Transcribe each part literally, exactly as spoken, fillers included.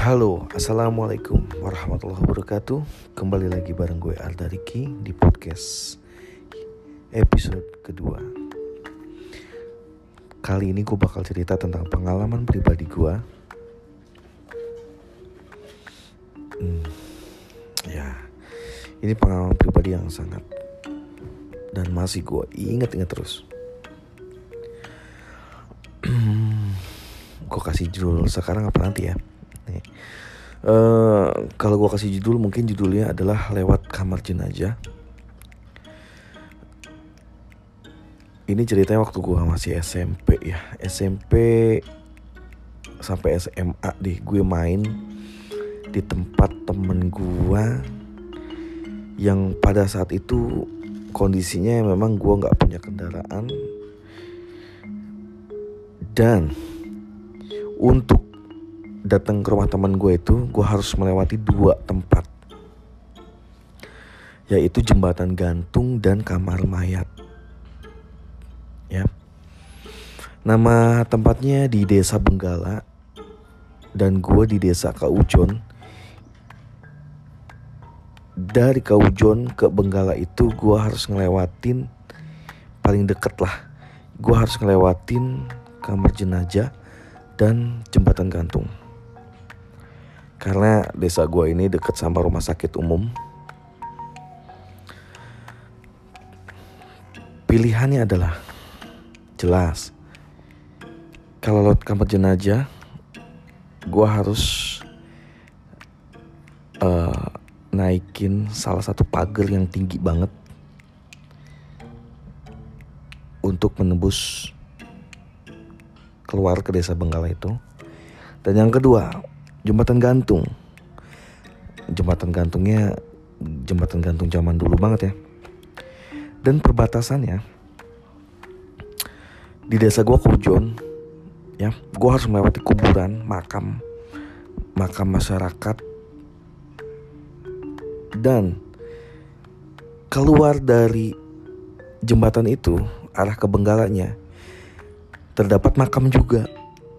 Halo, assalamualaikum warahmatullahi wabarakatuh. Kembali lagi bareng gue Arda Riki di podcast episode kedua. Kali ini gue bakal cerita tentang pengalaman pribadi gue. hmm, Ya, ini pengalaman pribadi yang sangat dan masih gue inget-inget terus. Gue kasih judul sekarang apa nanti ya? Nih. Uh, kalau gue kasih judul, mungkin judulnya adalah Lewat Kamar Jenazah. Ini ceritanya waktu gue masih S M P ya, S M P sampai S M A deh. Gue main di tempat temen gue yang pada saat itu kondisinya memang gue gak punya kendaraan. Dan untuk datang ke rumah teman gue itu, gue harus melewati dua tempat, yaitu jembatan gantung dan kamar mayat. Ya, nama tempatnya di Desa Benggala dan gue di Desa Kaujon. Dari Kaujon ke Benggala itu gue harus ngelewatin, paling deket lah, gue harus ngelewatin kamar jenazah dan jembatan gantung. Karena desa gue ini dekat sama rumah sakit umum. Pilihannya adalah jelas, kalau lewat kamar jenazah gue harus uh, naikin salah satu pagar yang tinggi banget untuk menembus keluar ke desa Benggala itu. Dan yang kedua, jembatan gantung. Jembatan gantungnya jembatan gantung zaman dulu banget ya. Dan perbatasannya di desa gua Kaujon ya, gua harus melewati kuburan, makam makam masyarakat. Dan keluar dari jembatan itu arah ke Benggalanya terdapat makam juga.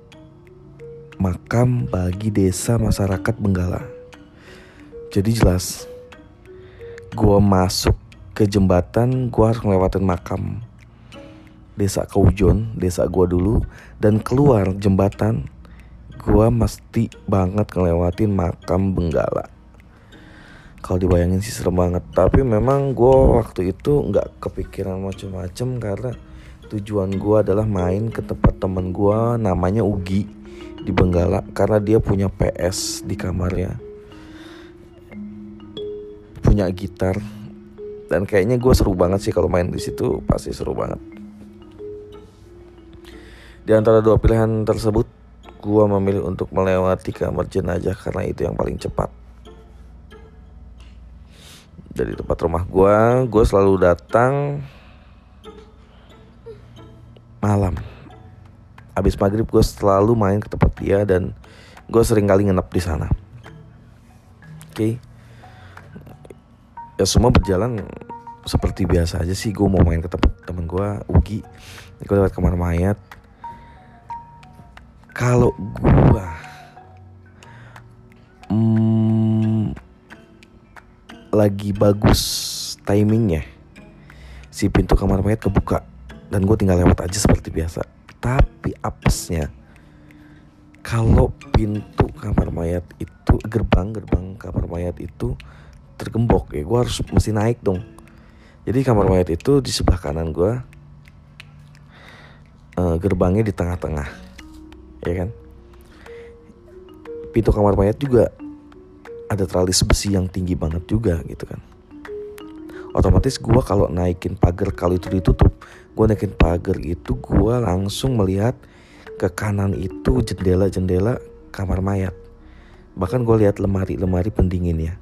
Makam bagi desa masyarakat Benggala. Jadi jelas, gue masuk ke jembatan, gue harus ngelewatin makam desa Kaujon, desa gue dulu. Dan keluar jembatan, gue mesti banget ngelewatin makam Benggala. Kalau dibayangin sih serem banget. Tapi memang gue waktu itu gak kepikiran macem-macem, karena tujuan gue adalah main ke tempat temen gue namanya Ugi di Benggala, karena dia punya P S di kamarnya, punya gitar, dan kayaknya gue seru banget sih kalau main di situ, pasti seru banget. Di antara dua pilihan tersebut, gue memilih untuk melewati kamar jenazah karena itu yang paling cepat. Dari tempat rumah gue, gue selalu datang malam. Abis maghrib gue selalu main ke tempat dia dan gue sering kali nginep di sana. Oke, okay. Ya semua berjalan seperti biasa aja sih. Gue mau main ke tempat temen gue Ugi, gue lewat kamar mayat. Kalau gue hmm, lagi bagus timingnya, si pintu kamar mayat kebuka dan gue tinggal lewat aja seperti biasa. Tapi apesnya, kalau pintu kamar mayat itu, gerbang gerbang kamar mayat itu tergembok ya, gue harus mesti naik dong. Jadi kamar mayat itu di sebelah kanan gue, uh, gerbangnya di tengah-tengah, ya kan. Pintu kamar mayat juga ada teralis besi yang tinggi banget juga gitu kan. Otomatis gue kalau naikin pagar, kalau itu ditutup, gue naikin pagar itu, gue langsung melihat ke kanan itu jendela-jendela kamar mayat. Bahkan gue lihat lemari-lemari pendinginnya.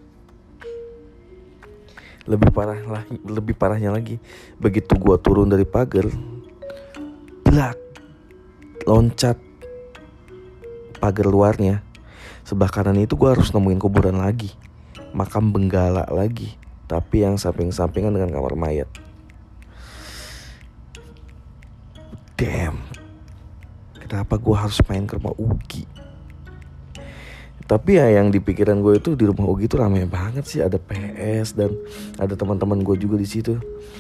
Lebih parah lah, lebih parahnya lagi, begitu gue turun dari pagar, blak, loncat pagar luarnya, sebelah kanan itu gue harus nemuin kuburan lagi, makam Benggala lagi, tapi yang samping-sampingan dengan kamar mayat. Damn, kenapa gue harus main ke rumah Ugi? Tapi ya yang di pikiran gue itu di rumah Ugi itu ramai banget sih, ada P S dan ada teman-teman gue juga di situ.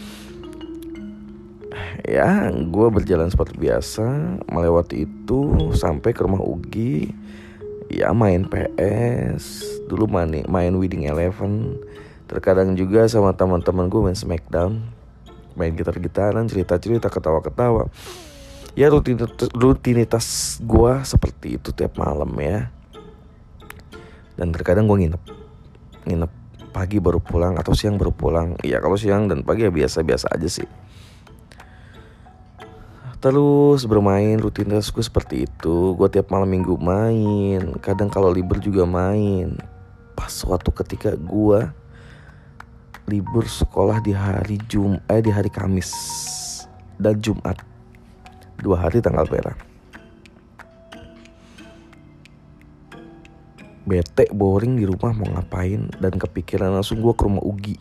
Ya, gue berjalan seperti biasa melewati itu sampai ke rumah Ugi. Ya main P S, dulu main main Winning Eleven. Terkadang juga sama teman-teman gue main Smackdown, main gitar-gitaran, cerita-cerita, ketawa-ketawa. Ya rutinitas, rutinitas gue seperti itu tiap malam ya. Dan terkadang gue nginep Nginep pagi baru pulang atau siang baru pulang. Ya kalau siang dan pagi ya biasa-biasa aja sih. Terus bermain, rutinitas gue seperti itu. Gue tiap malam minggu main, kadang kalau libur juga main. Pas suatu ketika gue libur sekolah di hari Jum eh di hari Kamis dan Jumat, dua hari tanggal merah. Bete, boring di rumah mau ngapain, dan kepikiran langsung gue ke rumah Ugi.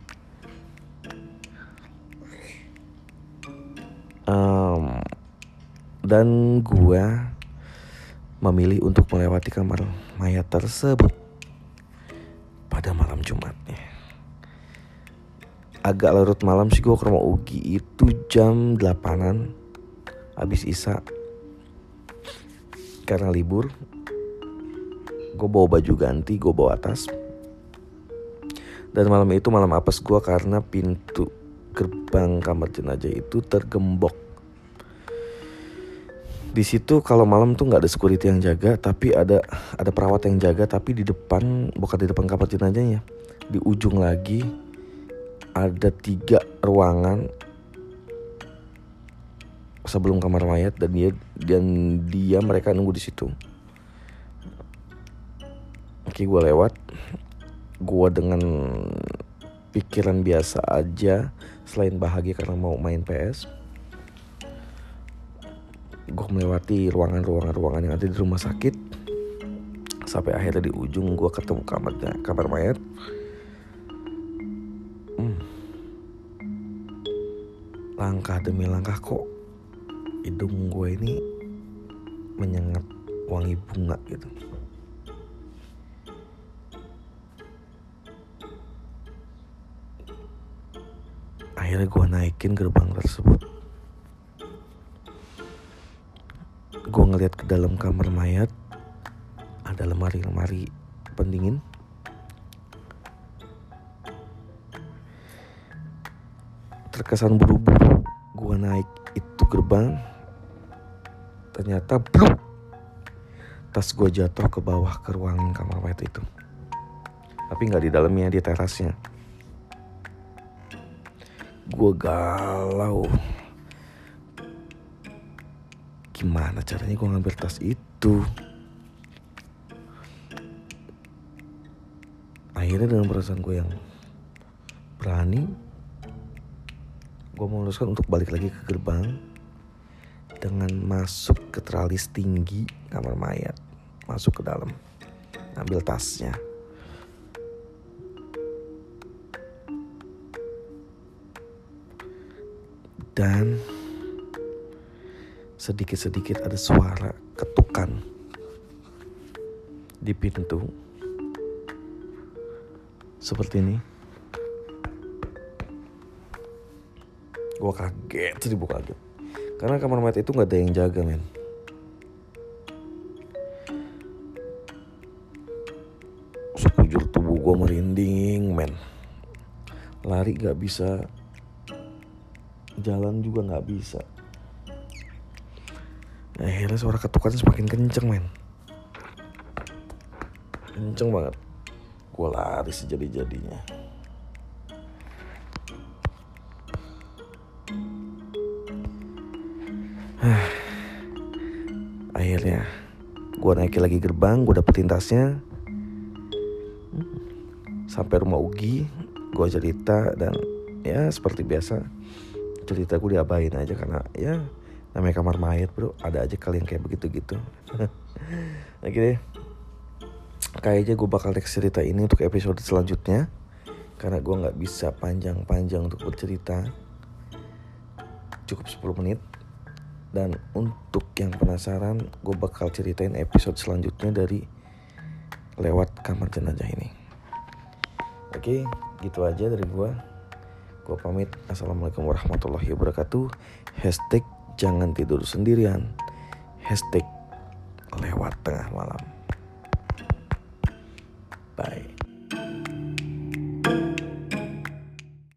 um, Dan gue memilih untuk melewati kamar mayat tersebut pada malam Jumatnya. Agak larut malam sih gue ke rumah Ugi, itu jam delapanan habis Isya. Karena libur, gue bawa baju ganti, gue bawa tas. Dan malam itu malam apes gue karena pintu gerbang kamar jenazah itu tergembok. Di situ kalau malam tuh nggak ada security yang jaga, tapi ada ada perawat yang jaga. Tapi di depan, bukan di depan kamar jenazahnya, di ujung lagi ada tiga ruangan sebelum kamar mayat, dan dia dan dia mereka nunggu di situ. Oke, gue lewat. Gue dengan pikiran biasa aja, selain bahagia karena mau main P S. Gue melewati ruangan-ruangan yang ada di rumah sakit, sampai akhirnya di ujung gue ketemu kamarnya, kamar mayat. hmm. Langkah demi langkah kok hidung gue ini menyengat wangi bunga gitu. Akhirnya gue naikin gerbang tersebut. Gue ngeliat ke dalam kamar mayat, ada lemari-lemari pendingin. Terkesan buru-buru gue naik itu gerbang, ternyata bluk, tas gue jatuh ke bawah ke ruangan kamar mayat itu. Tapi gak di dalamnya, di terasnya. Gue galau, gimana caranya gue ngambil tas itu. Akhirnya dengan perasaan gue yang berani, gue memutuskan untuk balik lagi ke gerbang dengan masuk ke teralis tinggi kamar mayat, masuk ke dalam, ambil tasnya. Dan sedikit-sedikit ada suara ketukan di pintu. Seperti ini. Gue kaget, sedih gue kaget. Karena kamar mayat itu gak ada yang jaga, men. Sekujur tubuh gue merinding, men. Lari gak bisa, jalan juga gak bisa. Nah, akhirnya suara ketukan semakin kenceng, men. Kenceng banget. Gue lari sejadi-jadinya. Akhirnya gue naikin lagi gerbang, gue dapetin tasnya. Sampai rumah Ugi, gue cerita, dan ya seperti biasa cerita gue diabain aja karena ya namanya kamar mayat bro, ada aja kali yang kayak begitu-gitu. Oke deh, kayaknya gue bakal next cerita ini untuk episode selanjutnya, karena gue gak bisa panjang-panjang untuk bercerita, cukup sepuluh menit. Dan untuk yang penasaran, gue bakal ceritain episode selanjutnya dari lewat kamar jenazah ini. Oke, gitu aja dari gue. Gue pamit. Assalamualaikum warahmatullahi wabarakatuh. Hashtag jangan tidur sendirian. Hashtag lewat tengah malam. Bye.